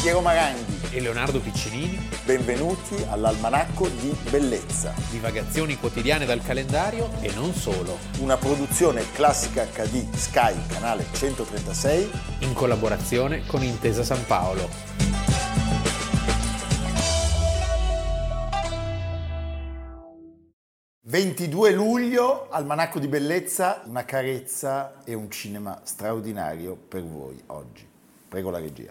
Piero Maranghi e Leonardo Piccinini. Benvenuti all'Almanacco di Bellezza. Divagazioni quotidiane dal calendario e non solo. Una produzione Classica HD Sky, canale 136, in collaborazione con Intesa San Paolo. «22 luglio, Almanacco di Bellezza, una carezza e un cinema straordinario per voi oggi». Prego la regia.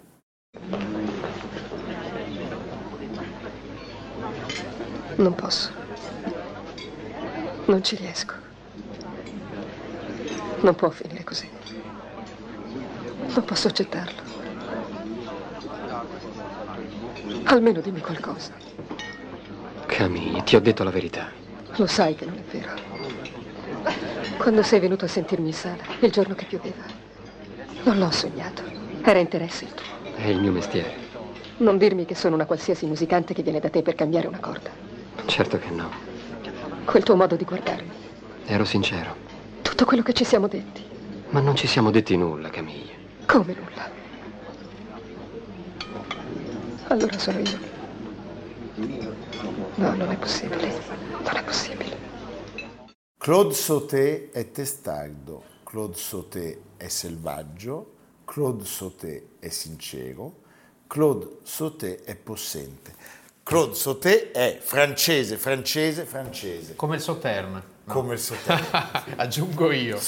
Non posso. Non ci riesco. Non può finire così. Non posso accettarlo. Almeno dimmi qualcosa. Camille, ti ho detto la verità. Lo sai che non è vero. Quando sei venuto a sentirmi in sala, il giorno che pioveva, non l'ho sognato. Era interesse il tuo. È il mio mestiere. Non dirmi che sono una qualsiasi musicante che viene da te per cambiare una corda. Certo che no. Quel tuo modo di guardarmi. Ero sincero. Tutto quello che ci siamo detti. Ma non ci siamo detti nulla, Camille. Come nulla? Allora sono io. No, non è possibile. Non è possibile. Claude Sautet è testardo, Claude Sautet è selvaggio, Claude Sautet è sincero, Claude Sautet è possente. Claude Sautet è francese. Come il Sautern. No. Come il Sautern. Aggiungo io.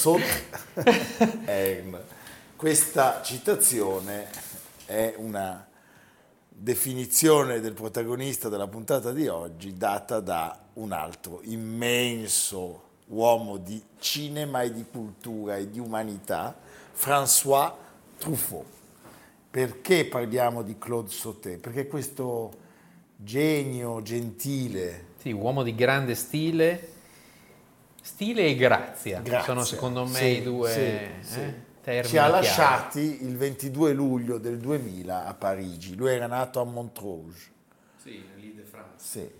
Sautern. Questa citazione è una definizione del protagonista della puntata di oggi data da un altro immenso uomo di cinema e di cultura e di umanità, François Truffaut. Perché parliamo di Claude Sautet? Perché questo genio gentile, sì, uomo di grande stile e grazia. Sono secondo me i due termini ci ha chiave. lasciati il 22 luglio del 2000 a Parigi. Lui era nato a Montrouge. Sì, l'Île-de-France. Sì.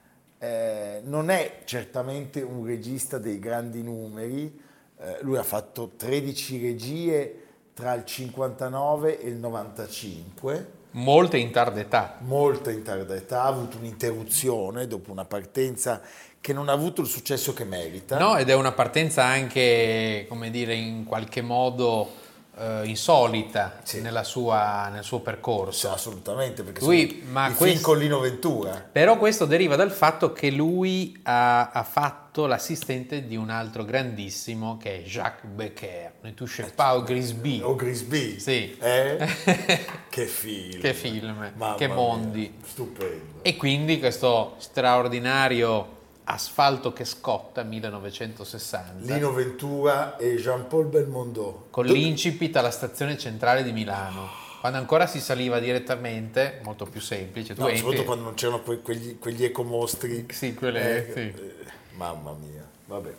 Non è certamente un regista dei grandi numeri. Lui ha fatto 13 regie tra il 59 e il 95. Molte in tarda età. Ha avuto un'interruzione dopo una partenza che non ha avuto il successo che merita. No, ed è una partenza anche, come dire, in qualche modo insolita, sì, nel suo percorso. Sì, assolutamente, perché film con Lino Ventura. Però questo deriva dal fatto che lui ha fatto l'assistente di un altro grandissimo che è Jacques Becker, ne touche pas au Grisby. O Grisby? Sì. Che film. Che film, Mamma che mondi. Mia, stupendo. E quindi questo straordinario Asfalto che scotta, 1960. Lino Ventura e Jean-Paul Belmondo. Con l'incipit alla stazione centrale di Milano. Quando ancora si saliva direttamente, molto più semplice. Soprattutto quando non c'erano quegli ecomostri. Sì, sì. Mamma mia, vabbè.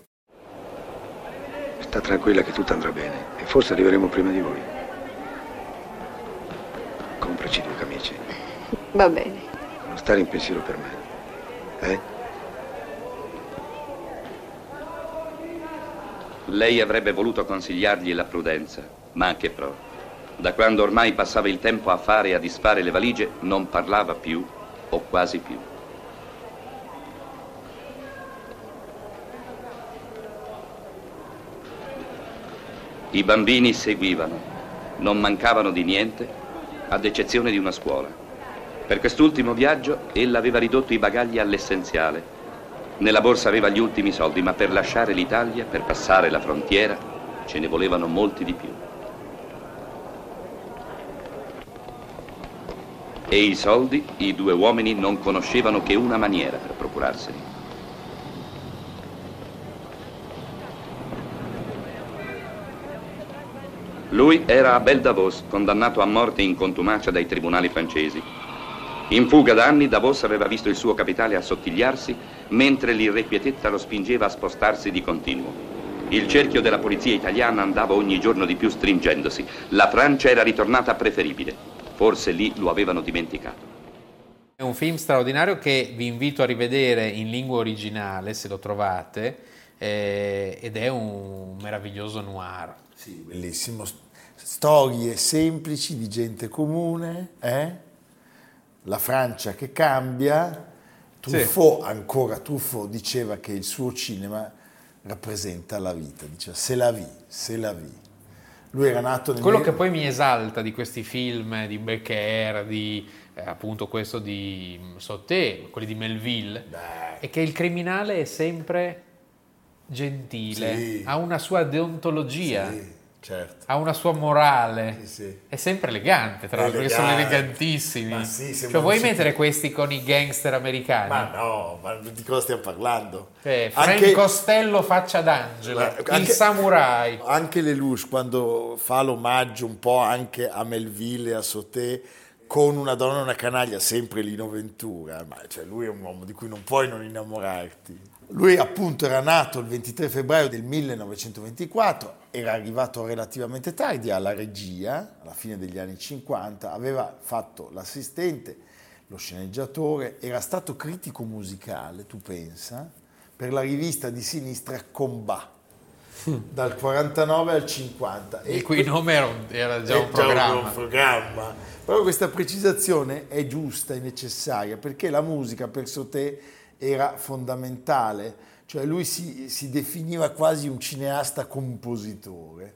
Sta tranquilla che tutto andrà bene e forse arriveremo prima di voi. Compraci 2 camicie. Va bene. Non stare in pensiero per me. Lei avrebbe voluto consigliargli la prudenza, ma che pro. Da quando ormai passava il tempo a fare e a disfare le valigie, non parlava più, o quasi più. I bambini seguivano, non mancavano di niente, ad eccezione di una scuola. Per quest'ultimo viaggio, ella aveva ridotto i bagagli all'essenziale. Nella borsa aveva gli ultimi soldi, ma per lasciare l'Italia, per passare la frontiera, ce ne volevano molti di più. E i soldi, i 2 uomini non conoscevano che una maniera per procurarseli. Lui era Abel Davos, condannato a morte in contumacia dai tribunali francesi. In fuga da anni, Davos aveva visto il suo capitale assottigliarsi, mentre l'irrequietezza lo spingeva a spostarsi di continuo. Il cerchio della polizia italiana andava ogni giorno di più stringendosi. La Francia era ritornata preferibile. Forse lì lo avevano dimenticato. È un film straordinario che vi invito a rivedere in lingua originale, se lo trovate, ed è un meraviglioso noir. Sì, bellissimo. Storie semplici di gente comune, la Francia che cambia. Truffaut diceva che il suo cinema rappresenta la vita, diceva c'est la vie. Lui era nato nel... Quello che poi mi esalta di questi film di Becker, di appunto questo di Sauté, quelli di Melville, è che il criminale è sempre gentile, Sì. ha una sua deontologia, Sì, certo. ha una sua morale, Sì. è sempre elegante, tra l'altro, che sono elegantissimi. Ma sì, cioè, vuoi mettere questi con i gangster americani? Ma no, ma di cosa stiamo parlando? Frank Costello faccia d'angelo, il samurai. Anche Lelouch, quando fa l'omaggio un po' anche a Melville e a Sauté, con Una donna e una canaglia, sempre Lino Ventura, ma cioè, lui è un uomo di cui non puoi non innamorarti. Lui appunto era nato il 23 febbraio del 1924, era arrivato relativamente tardi alla regia, alla fine degli anni 50, aveva fatto l'assistente, lo sceneggiatore, era stato critico musicale, tu pensa, per la rivista di sinistra Combat, dal 49 al 50. Il cui nome era già un programma. Però questa precisazione è giusta e necessaria, perché la musica per Sauté era fondamentale, cioè lui si definiva quasi un cineasta compositore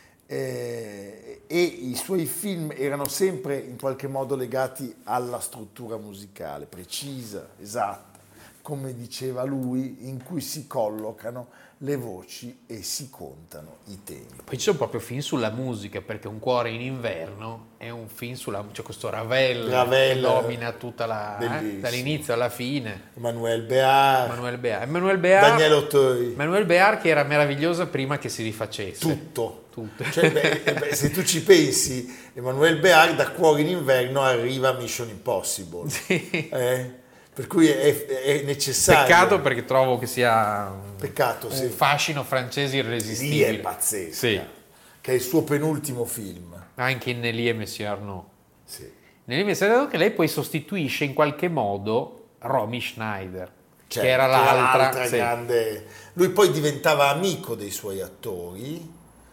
e i suoi film erano sempre in qualche modo legati alla struttura musicale, precisa, esatta, come diceva lui, in cui si collocano le voci e si contano i tempi. Poi ci sono proprio film sulla musica, perché Un cuore in inverno è un film sulla... c'è questo Ravel che domina tutta la... dall'inizio alla fine. Emmanuel Béard. Daniel Auteuil. Emmanuel Béard, che era meravigliosa prima che si rifacesse. Tutto. Cioè, se tu ci pensi, Emmanuel Béard da Cuore in inverno arriva a Mission Impossible. Sì. Per cui è necessario. Peccato, perché trovo che sia un fascino francese irresistibile. Lì è pazzesco. Sì. Che è il suo penultimo film. Anche in Nelly e Monsieur Arnaud. Sì. Nelly e Monsieur Arnaud, che lei poi sostituisce in qualche modo Romy Schneider, Certo, che era l'altra sì. Grande. Lui poi diventava amico dei suoi attori.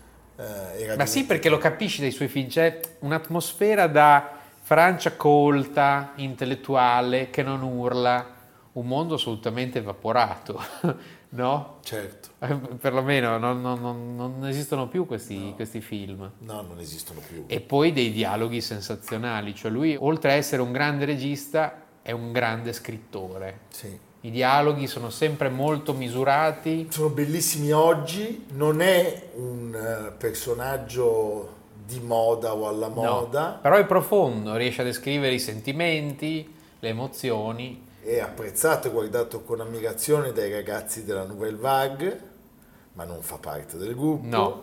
Sì, perché lo capisci dai suoi film, c'è un'atmosfera da Francia colta, intellettuale, che non urla, un mondo assolutamente evaporato, no? Certo. Perlomeno non esistono più questi film. No, non esistono più. E poi dei dialoghi sensazionali, cioè lui, oltre a essere un grande regista, è un grande scrittore. Sì. I dialoghi sono sempre molto misurati. Sono bellissimi oggi, non è un personaggio di moda o alla moda. No, però è profondo, riesce a descrivere i sentimenti, le emozioni. È apprezzato e guardato con ammirazione dai ragazzi della Nouvelle Vague, ma non fa parte del gruppo. No.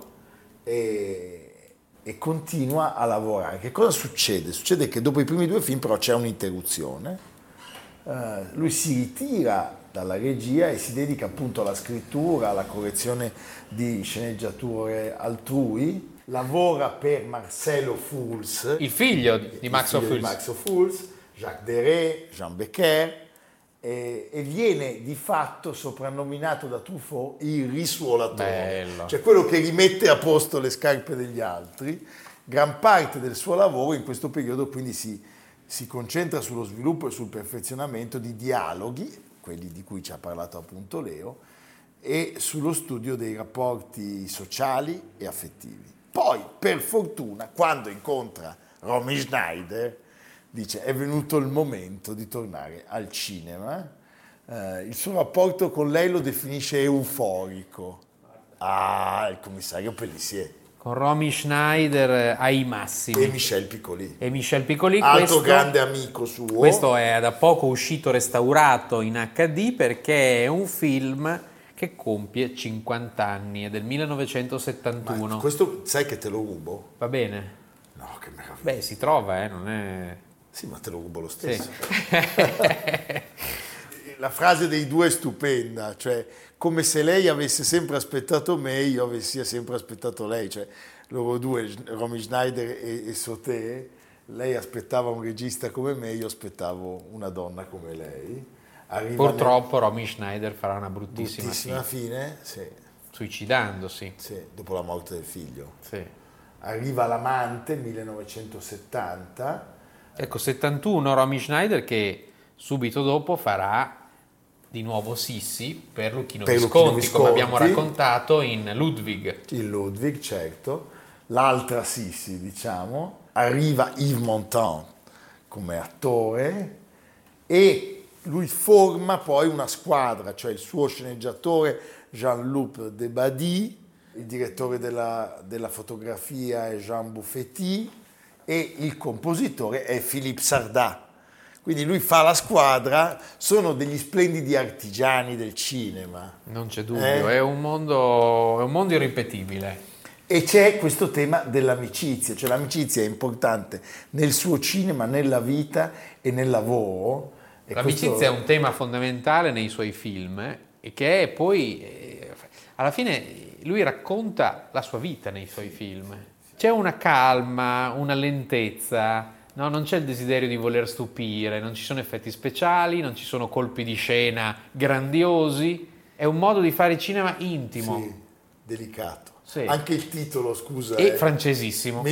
E continua a lavorare. Che cosa succede? Succede che dopo i primi 2 film però c'è un'interruzione. Lui si ritira dalla regia e si dedica appunto alla scrittura, alla correzione di sceneggiature altrui. Lavora per Marcelo Fouls, il figlio di Max Fouls, Jacques Deray, Jean Becker, e viene di fatto soprannominato da Truffaut il risuolatore. Bello. Cioè quello che rimette a posto le scarpe degli altri. Gran parte del suo lavoro in questo periodo quindi si concentra sullo sviluppo e sul perfezionamento di dialoghi, quelli di cui ci ha parlato appunto Leo, e sullo studio dei rapporti sociali e affettivi. Poi, per fortuna, quando incontra Romy Schneider, dice è venuto il momento di tornare al cinema. Il suo rapporto con lei lo definisce euforico. Il commissario Pellissier. Con Romy Schneider ai massimi. E Michel Piccoli. Altro grande amico suo. Questo è da poco uscito restaurato in HD, perché è un film che compie 50 anni, è del 1971. Ma questo sai che te lo rubo? Va bene? No, che meraviglia. Beh, si trova, non è... Sì, ma te lo rubo lo stesso. Sì. La frase dei 2 è stupenda, cioè come se lei avesse sempre aspettato me, io avessi sempre aspettato lei, cioè loro 2, Romy Schneider e Sauté, lei aspettava un regista come me, io aspettavo una donna come lei. Purtroppo Romy Schneider farà una bruttissima fine, sì. Suicidandosi. Sì, dopo la morte del figlio. Sì. Arriva L'amante, 1970, Ecco, 71 Romy Schneider, che subito dopo farà di nuovo Sissi per Luchino Visconti, come abbiamo raccontato in Ludwig. Il Ludwig, certo. L'altra Sissi, diciamo. Arriva Yves Montand come attore e lui forma poi una squadra, cioè il suo sceneggiatore Jean-Luc Debady, il direttore della fotografia è Jean Buffetti e il compositore è Philippe Sardat. Quindi lui fa la squadra, sono degli splendidi artigiani del cinema. Non c'è dubbio, è un mondo irripetibile. E c'è questo tema dell'amicizia, cioè l'amicizia è importante nel suo cinema, nella vita e nel lavoro. E l'amicizia è un tema fondamentale nei suoi film e che è poi, alla fine, lui racconta la sua vita nei suoi film. C'è una calma, una lentezza, no? Non c'è il desiderio di voler stupire, non ci sono effetti speciali, non ci sono colpi di scena grandiosi, è un modo di fare cinema intimo. Sì, delicato. Sì. Anche il titolo, scusa, è francesissimo.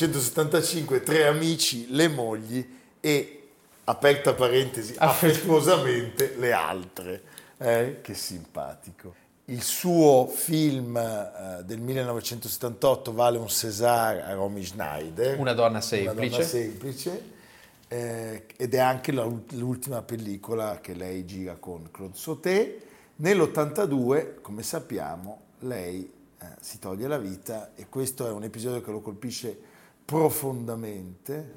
1975, 3 amici, le mogli e, aperta parentesi, affettuosamente le altre. Che simpatico. Il suo film del 1978 vale un César a Romy Schneider. Una donna semplice. Una donna semplice. Ed è anche l'ultima pellicola che lei gira con Claude Sautet. Nell'82, come sappiamo, lei si toglie la vita e questo è un episodio che lo colpisce profondamente.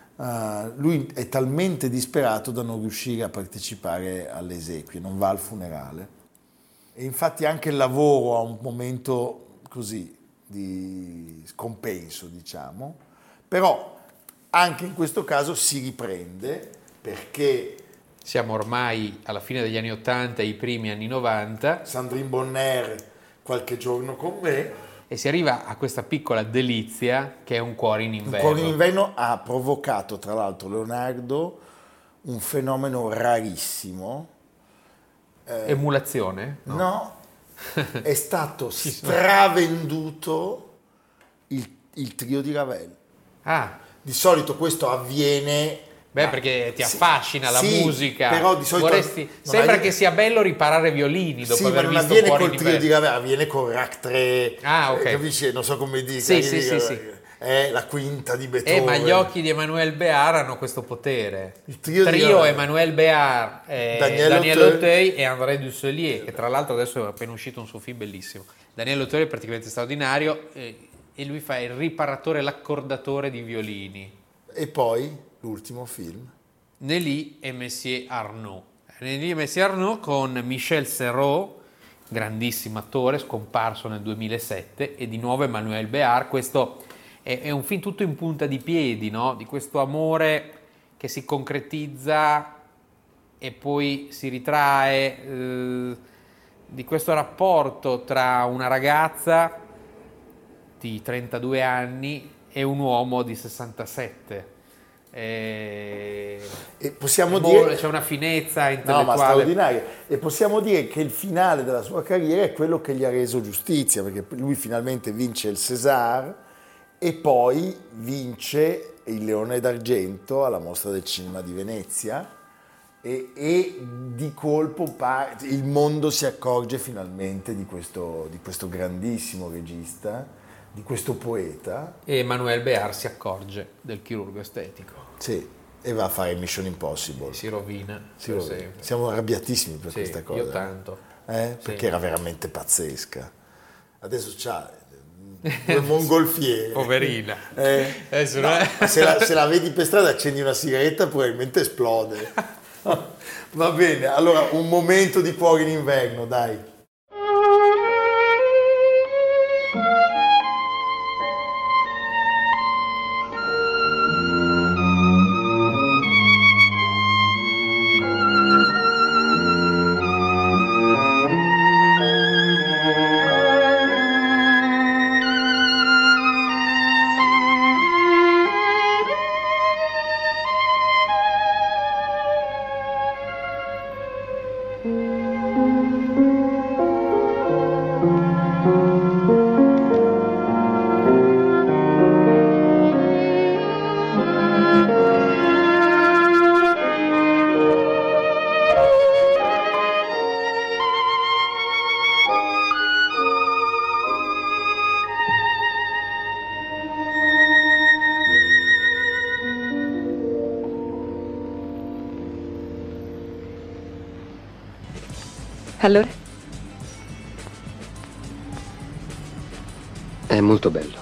Lui è talmente disperato da non riuscire a partecipare alle esequie, non va al funerale e infatti anche il lavoro ha un momento così di scompenso, diciamo, però anche in questo caso si riprende perché siamo ormai alla fine degli anni 80 e i primi anni 90. Sandrine Bonner, Qualche giorno con me. E si arriva a questa piccola delizia che è Un cuore in inverno. Un cuore in inverno ha provocato, tra l'altro, Leonardo, un fenomeno rarissimo. Emulazione? No, è stato stravenduto il trio di Ravel. Ah. Di solito questo avviene... perché ti affascina la musica, però di solito sembra che sia bello riparare violini dopo aver visto avviene Cuore col in trio inverno. di Ravel, avviene con Rack 3, capisci? Non so come dire, sì. È la quinta di Beethoven. Ma gli occhi di Emmanuel Béart hanno questo potere. Il trio Emmanuel Béart, Daniel Auteuil e André Dussolier, che tra l'altro adesso è appena uscito un suo film bellissimo. Daniel Auteuil è praticamente straordinario e lui fa il riparatore, l'accordatore di violini. E poi l'ultimo film, Nelly et Messier Arnaud. Nelly et Messier Arnaud con Michel Serrault, grandissimo attore, scomparso nel 2007, e di nuovo Emmanuel Béart. Questo è un film tutto in punta di piedi, no? Di questo amore che si concretizza e poi si ritrae, di questo rapporto tra una ragazza di 32 anni e un uomo di 67. E possiamo dire c'è una finezza intellettuale, ma straordinaria, e possiamo dire che il finale della sua carriera è quello che gli ha reso giustizia, perché lui finalmente vince il César e poi vince il Leone d'Argento alla Mostra del Cinema di Venezia e di colpo il mondo si accorge finalmente di questo grandissimo regista, di questo poeta. E Emmanuel Béart si accorge del chirurgo estetico. Sì, e va a fare Mission Impossible. Si rovina. Sempre. Siamo arrabbiatissimi per questa cosa. Io tanto. Perché era veramente pazzesca. Adesso c'ha due mongolfiere. Poverina. Se la vedi per strada accendi una sigaretta probabilmente esplode. Va bene, allora un momento di Cuore in inverno, dai. Allora? È molto bello.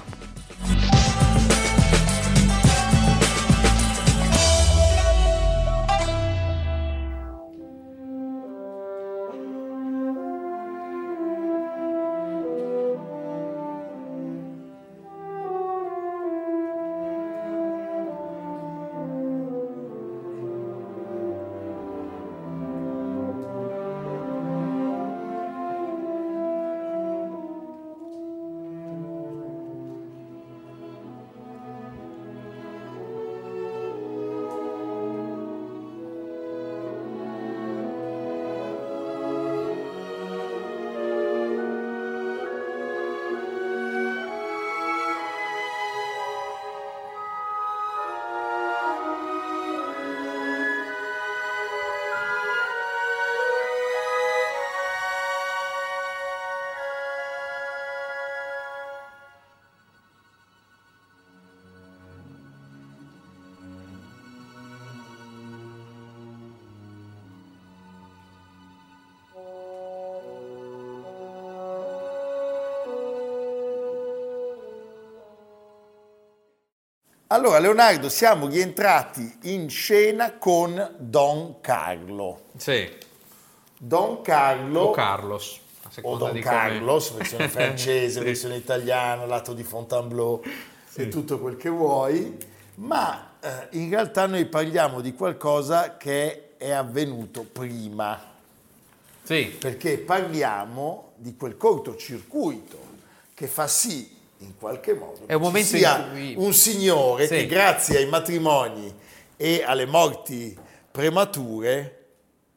Allora, Leonardo, siamo rientrati in scena con Don Carlo. Sì. Don Carlo... O Carlos. O Don Carlos, versione francese, sì. Versione italiana, lato di Fontainebleau, sì. E tutto quel che vuoi. Ma in realtà noi parliamo di qualcosa che è avvenuto prima. Sì. Perché parliamo di quel cortocircuito che fa sì, in qualche modo, è un momento ci sia in cui... un signore, sì, che grazie ai matrimoni e alle morti premature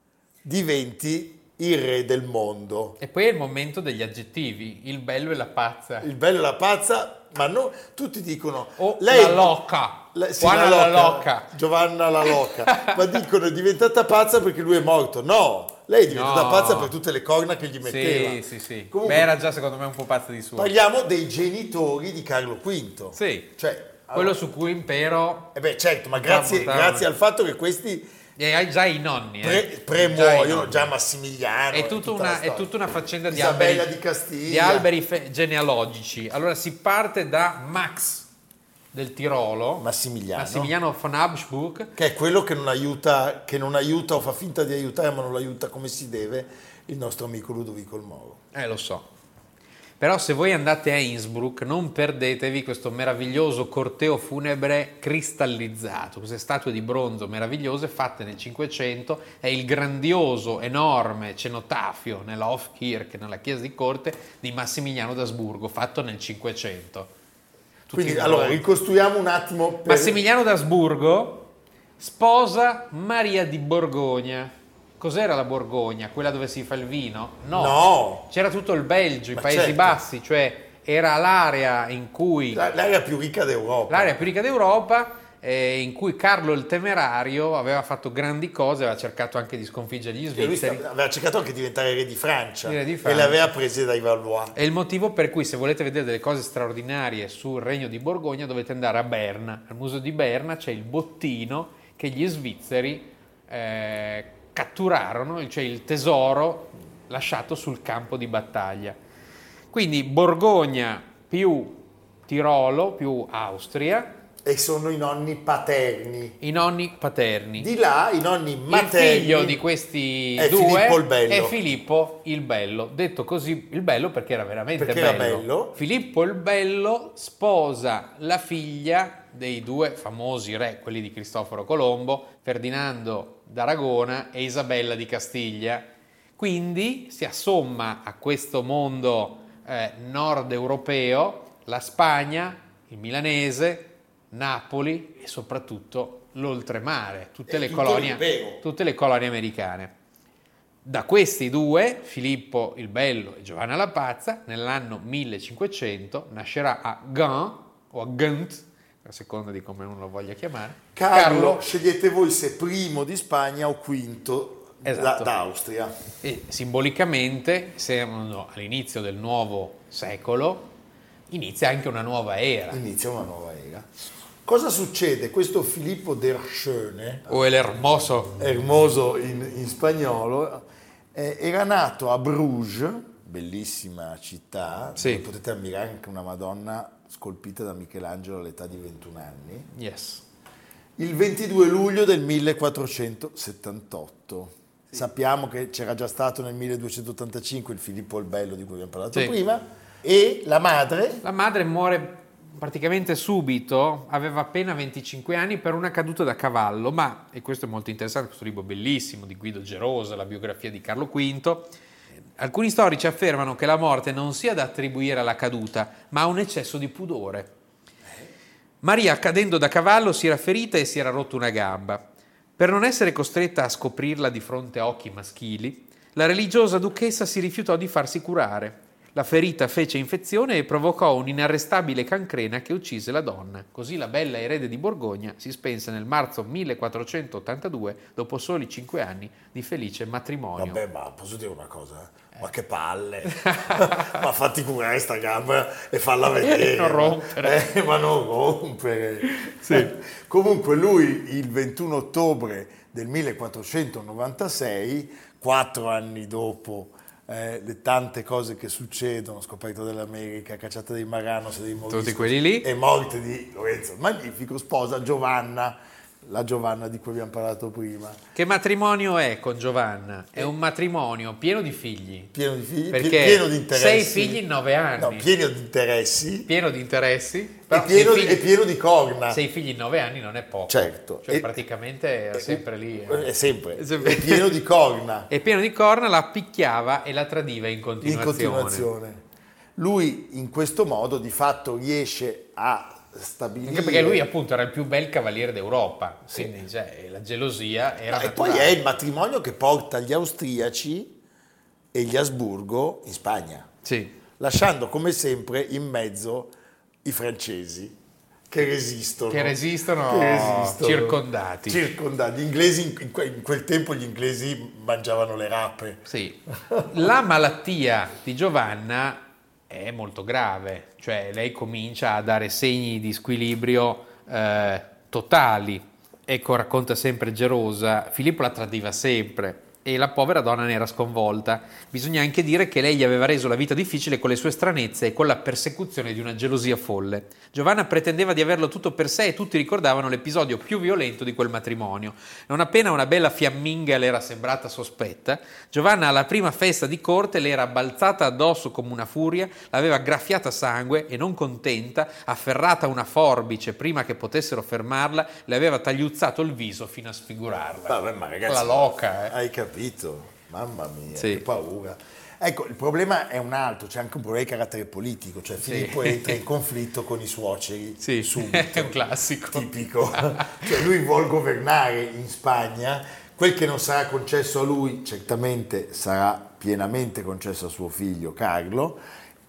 diventi il re del mondo. E poi è il momento degli aggettivi, il bello e la pazza. Il bello e la pazza, ma no, tutti dicono... lei, la loca, sì, la loca, Giovanna la loca, ma dicono è diventata pazza perché lui è morto. No! Lei è diventata pazza per tutte le corna che gli metteva. Sì. Comunque, beh, era già secondo me un po' pazza di suo. Parliamo dei genitori di Carlo V. Sì. Cioè, quello su cui impero... certo, ma grazie al fatto che questi... E hai già i nonni. Premuoiono, già Massimiliano. È tutta una faccenda di Isabella alberi, di Castiglia. di alberi genealogici. Allora si parte da Max del Tirolo, Massimiliano von Habsburg, che è quello che non aiuta o fa finta di aiutare, ma non lo aiuta come si deve, il nostro amico Ludovico il Moro. Lo so. Però se voi andate a Innsbruck non perdetevi questo meraviglioso corteo funebre cristallizzato, queste statue di bronzo meravigliose fatte nel Cinquecento, è il grandioso, enorme cenotafio nella Hofkirche, nella chiesa di corte di Massimiliano d'Asburgo, fatto nel Cinquecento. Quindi allora ricostruiamo un attimo. Massimiliano d'Asburgo sposa Maria di Borgogna. Cos'era la Borgogna? Quella dove si fa il vino? No. C'era tutto il Belgio, i Paesi Bassi, cioè era l'area in cui... L'area più ricca d'Europa. L'area più ricca d'Europa, in cui Carlo il Temerario aveva fatto grandi cose, aveva cercato anche di sconfiggere gli svizzeri. Aveva cercato anche di diventare re di Francia. E le aveva prese dai Valois. È il motivo per cui, se volete vedere delle cose straordinarie sul regno di Borgogna, dovete andare a Berna. Al museo di Berna c'è il bottino che gli svizzeri catturarono, cioè il tesoro lasciato sul campo di battaglia. Quindi Borgogna più Tirolo più Austria. E sono i nonni paterni. I nonni paterni. Di là i nonni materni. Il figlio di questi è due Filippo il Bello. È Filippo il Bello. Detto così il Bello perché era veramente bello. Era bello. Filippo il Bello sposa la figlia dei due famosi re, quelli di Cristoforo Colombo, Ferdinando d'Aragona e Isabella di Castiglia. Quindi si assomma a questo mondo nord europeo la Spagna, il milanese, Napoli e soprattutto l'oltremare, tutte le colonie americane. Da questi due, Filippo il Bello e Giovanna la Pazza, nell'anno 1500 nascerà a Gand o a Ghent, a seconda di come uno lo voglia chiamare. Carlo, scegliete voi se primo di Spagna o quinto d'Austria. E simbolicamente, siamo all'inizio del nuovo secolo, inizia anche una nuova era. Cosa succede? Questo Filippo der Schöne, o el Hermoso in spagnolo, Era nato a Bruges, bellissima città, Sì. dove potete ammirare anche una Madonna scolpita da Michelangelo all'età di 21 anni, Yes. il 22 luglio del 1478. Sappiamo che c'era già stato nel 1285 il Filippo il Bello di cui abbiamo parlato Sì. prima, e la madre... La madre muore praticamente subito, aveva appena 25 anni per una caduta da cavallo, ma, e questo è molto interessante, questo libro bellissimo di Guido Gerosa, la biografia di Carlo V, alcuni storici affermano che la morte non sia da attribuire alla caduta, ma a un eccesso di pudore. Maria, cadendo da cavallo, si era ferita e si era rotto una gamba. Per non essere costretta a scoprirla di fronte a occhi maschili, la religiosa duchessa si rifiutò di farsi curare. La ferita fece infezione e provocò un'inarrestabile cancrena che uccise la donna. Così la bella erede di Borgogna si spense nel marzo 1482, dopo soli 5 anni di felice matrimonio. Vabbè, ma posso dire una cosa? Ma che palle! Ma fatti curare sta gamba e farla vedere. Non rompere. Ma non rompere. Sì. Comunque lui il 21 ottobre del 1496, 4 anni dopo le tante cose che succedono, scoperta dell'America, cacciata dei Maranos e dei Moriscos, Tutti quelli lì. e morte di Lorenzo il Magnifico, sposa Giovanna, la Giovanna di cui abbiamo parlato prima. Che matrimonio è con Giovanna? È un matrimonio pieno di figli. Pieno di figli, Perché pieno di interessi. 6 figli in 9 anni. No, pieno di interessi Pieno di interessi. e Però pieno, sei figli- e pieno di corna. 6 figli in 9 anni non è poco. Certo. Cioè E- praticamente era sempre lì. È sempre. È sempre- È pieno di corna. E pieno di corna la picchiava e la tradiva in In continuazione. continuazione. Lui in questo modo di fatto riesce a stabilire... Anche perché lui appunto era il più bel cavaliere d'Europa, quindi cioè, la gelosia era E poi naturale. è il matrimonio che porta gli austriaci e gli Asburgo in Spagna, Sì. lasciando come sempre in mezzo i francesi che resistono. Che resistono circondati. Circondati. Gli inglesi, in quel tempo gli inglesi mangiavano le rape. Sì. La malattia di Giovanna è molto grave, cioè lei comincia a dare segni di squilibrio totali. Ecco, racconta sempre Gerosa, Filippo la tradiva sempre e la povera donna ne era sconvolta. Bisogna anche dire che lei gli aveva reso la vita difficile con le sue stranezze e con la persecuzione di una gelosia folle. Giovanna pretendeva di averlo tutto per sé e tutti ricordavano l'episodio più violento di quel matrimonio. Non appena una bella fiamminga le era sembrata sospetta, Giovanna alla prima festa di corte le era balzata addosso come una furia, l'aveva graffiata sangue e non contenta, afferrata una forbice prima che potessero fermarla, le aveva tagliuzzato il viso fino a sfigurarla. Vabbè, ma ragazzi, La loca, hai capito? Mamma mia, Sì. che paura. Ecco, il problema è un altro, c'è anche un problema di carattere politico, cioè Filippo entra in conflitto con i suoceri Sì, subito. è un classico. Tipico. Cioè lui vuole governare in Spagna, quel che non sarà concesso a lui certamente sarà pienamente concesso a suo figlio Carlo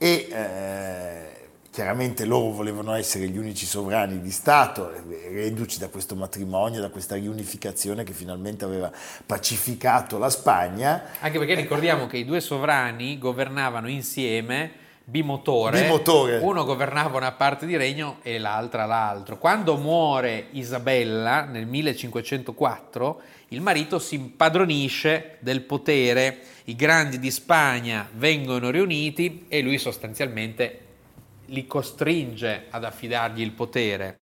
e chiaramente loro volevano essere gli unici sovrani di Stato, reduci da questo matrimonio, da questa riunificazione che finalmente aveva pacificato la Spagna. Anche perché ricordiamo che i due sovrani governavano insieme, bimotore. Uno governava una parte di regno e l'altra l'altro. Quando muore Isabella nel 1504, il marito si impadronisce del potere, i grandi di Spagna vengono riuniti e lui sostanzialmente li costringe ad affidargli il potere.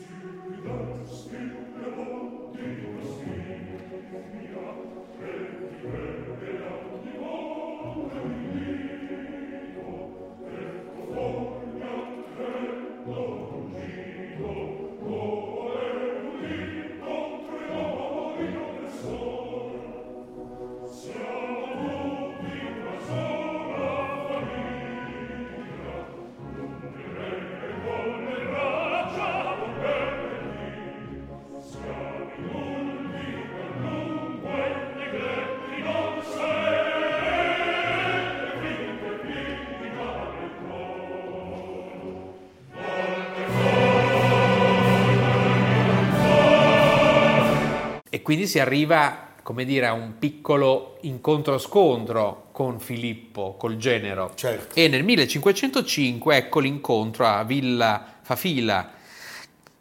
E quindi si arriva, come dire, a un piccolo incontro-scontro con Filippo, col genero. Certo. E nel 1505 ecco l'incontro a Villa Fafila,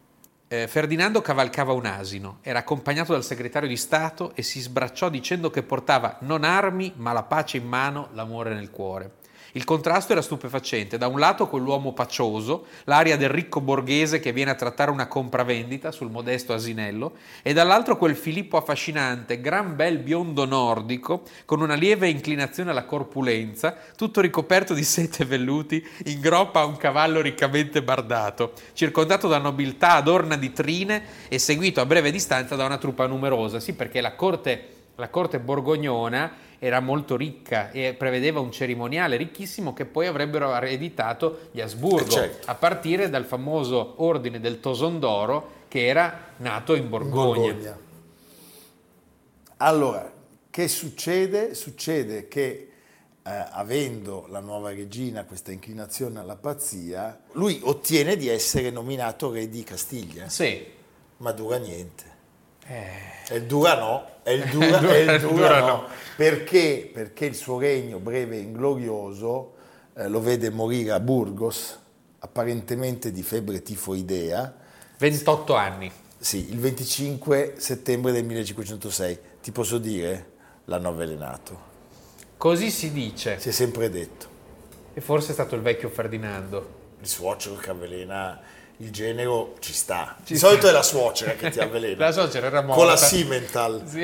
Ferdinando cavalcava un asino, era accompagnato dal segretario di Stato e si sbracciò dicendo che portava non armi ma la pace in mano, l'amore nel cuore. Il contrasto era stupefacente, da un lato quell'uomo pacioso, l'aria del ricco borghese che viene a trattare una compravendita sul modesto asinello, e dall'altro quel Filippo affascinante, gran bel biondo nordico, con una lieve inclinazione alla corpulenza, tutto ricoperto di sete e velluti, in groppa a un cavallo riccamente bardato, circondato da nobiltà adorna di trine e seguito a breve distanza da una truppa numerosa. Sì, perché la corte borgognona era molto ricca e prevedeva un cerimoniale ricchissimo che poi avrebbero ereditato gli Asburgo, certo, a partire dal famoso ordine del Toson d'Oro che era nato in Borgogna. Allora, che succede? Succede che avendo la nuova regina questa inclinazione alla pazzia, lui ottiene di essere nominato re di Castiglia. Sì. Ma dura niente. È il dura no. Perché? Perché il suo regno breve e inglorioso lo vede morire a Burgos, apparentemente di febbre tifoidea. 28 anni. Sì, il 25 settembre del 1506. Ti posso dire? L'hanno avvelenato. Così si dice. Si è sempre detto. E forse è stato il vecchio Ferdinando. Il suocero che avvelena il genero ci sta. Di solito è la suocera che ti avvelena. La suocera era morta. Con la Simmental. Sì.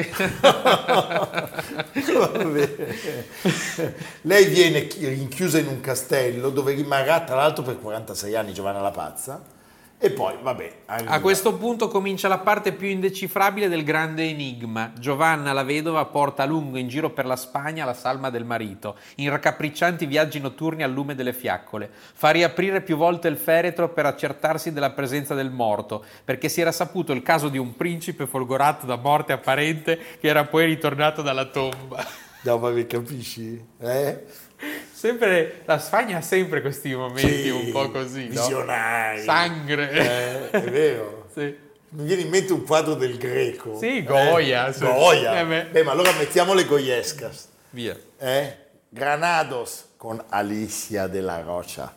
Lei viene rinchiusa in un castello dove rimarrà tra l'altro per 46 anni, Giovanna la Pazza. E poi, vabbè, arriva. A questo punto comincia la parte più indecifrabile del grande enigma. Giovanna, la vedova, porta a lungo in giro per la Spagna la salma del marito, in raccapriccianti viaggi notturni al lume delle fiaccole. Fa riaprire più volte il feretro per accertarsi della presenza del morto, perché si era saputo il caso di un principe folgorato da morte apparente che era poi ritornato dalla tomba. No, vabbè, capisci? Sempre la Spagna ha sempre questi momenti un po' così, visionari, no? Sangre, è vero. Sì. Mi viene in mente un quadro del Greco. Sì, Goya. Sì. Goya. Beh, ma allora mettiamo le Goyescas. Via. Granados con Alicia de la Rocha.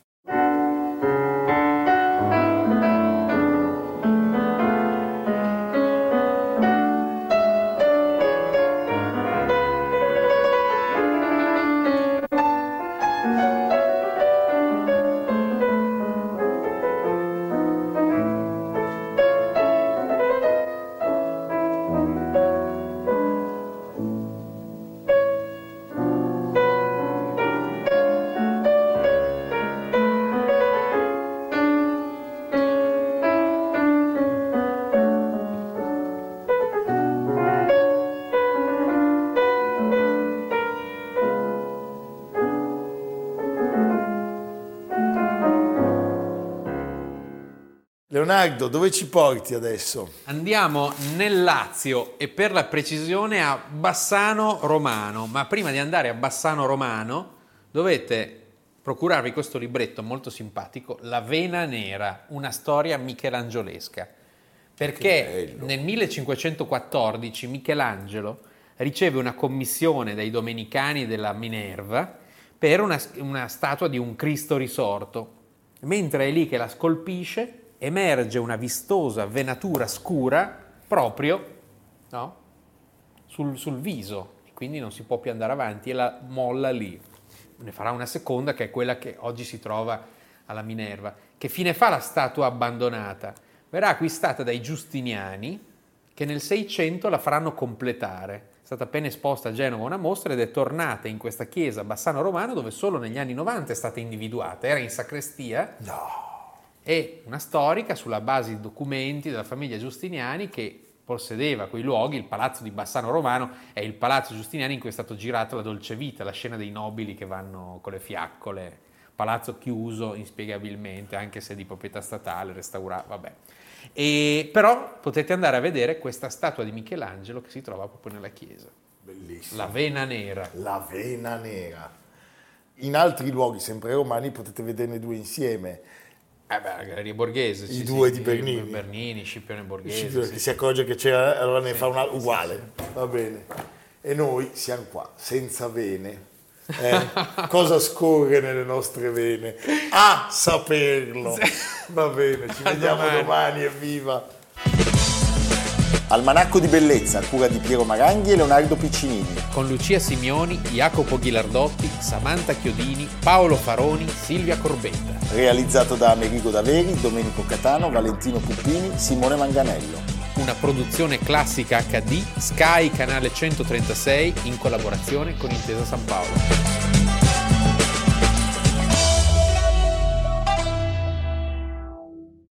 Leonardo, dove ci porti adesso? Andiamo nel Lazio e per la precisione a Bassano Romano, ma prima di andare a Bassano Romano dovete procurarvi questo libretto molto simpatico, La Vena Nera, una storia michelangiolesca, perché nel 1514 Michelangelo riceve una commissione dai domenicani della Minerva per una statua di un Cristo risorto, mentre è lì che la scolpisce emerge una vistosa venatura scura proprio, no? sul viso, quindi non si può più andare avanti e la molla lì. Ne farà una seconda che è quella che oggi si trova alla Minerva. Che fine fa la statua abbandonata? Verrà acquistata dai Giustiniani che nel 600 la faranno completare. È stata appena esposta a Genova una mostra ed è tornata in questa chiesa a Bassano Romano dove solo negli anni 90 è stata individuata. Era in sacrestia. No. E una storica sulla base di documenti della famiglia Giustiniani che possedeva quei luoghi. Il palazzo di Bassano Romano è il palazzo Giustiniani in cui è stato girato La Dolce Vita, la scena dei nobili che vanno con le fiaccole, palazzo chiuso inspiegabilmente, anche se di proprietà statale, restaurato, vabbè. Però potete andare a vedere questa statua di Michelangelo che si trova proprio nella chiesa. Bellissimo. La Vena Nera. La Vena Nera. In altri luoghi, sempre romani, potete vederne due insieme. La Galleria Borghese. I due di Bernini. Bernini, Scipione Borghese. Scipione, che si accorge che c'era, allora ne fa una uguale. Va bene. E noi siamo qua, senza vene. Cosa scorre nelle nostre vene? A saperlo. Va bene, ci vediamo domani, evviva. Almanacco di bellezza, a cura di Piero Maranghi e Leonardo Piccinini. Con Lucia Simioni, Jacopo Ghilardotti, Samantha Chiodini, Paolo Faroni, Silvia Corbetta. Realizzato da Amerigo Daveri, Domenico Catano, Valentino Puppini, Simone Manganello. Una produzione Classica HD, Sky Canale 136 in collaborazione con Intesa San Paolo.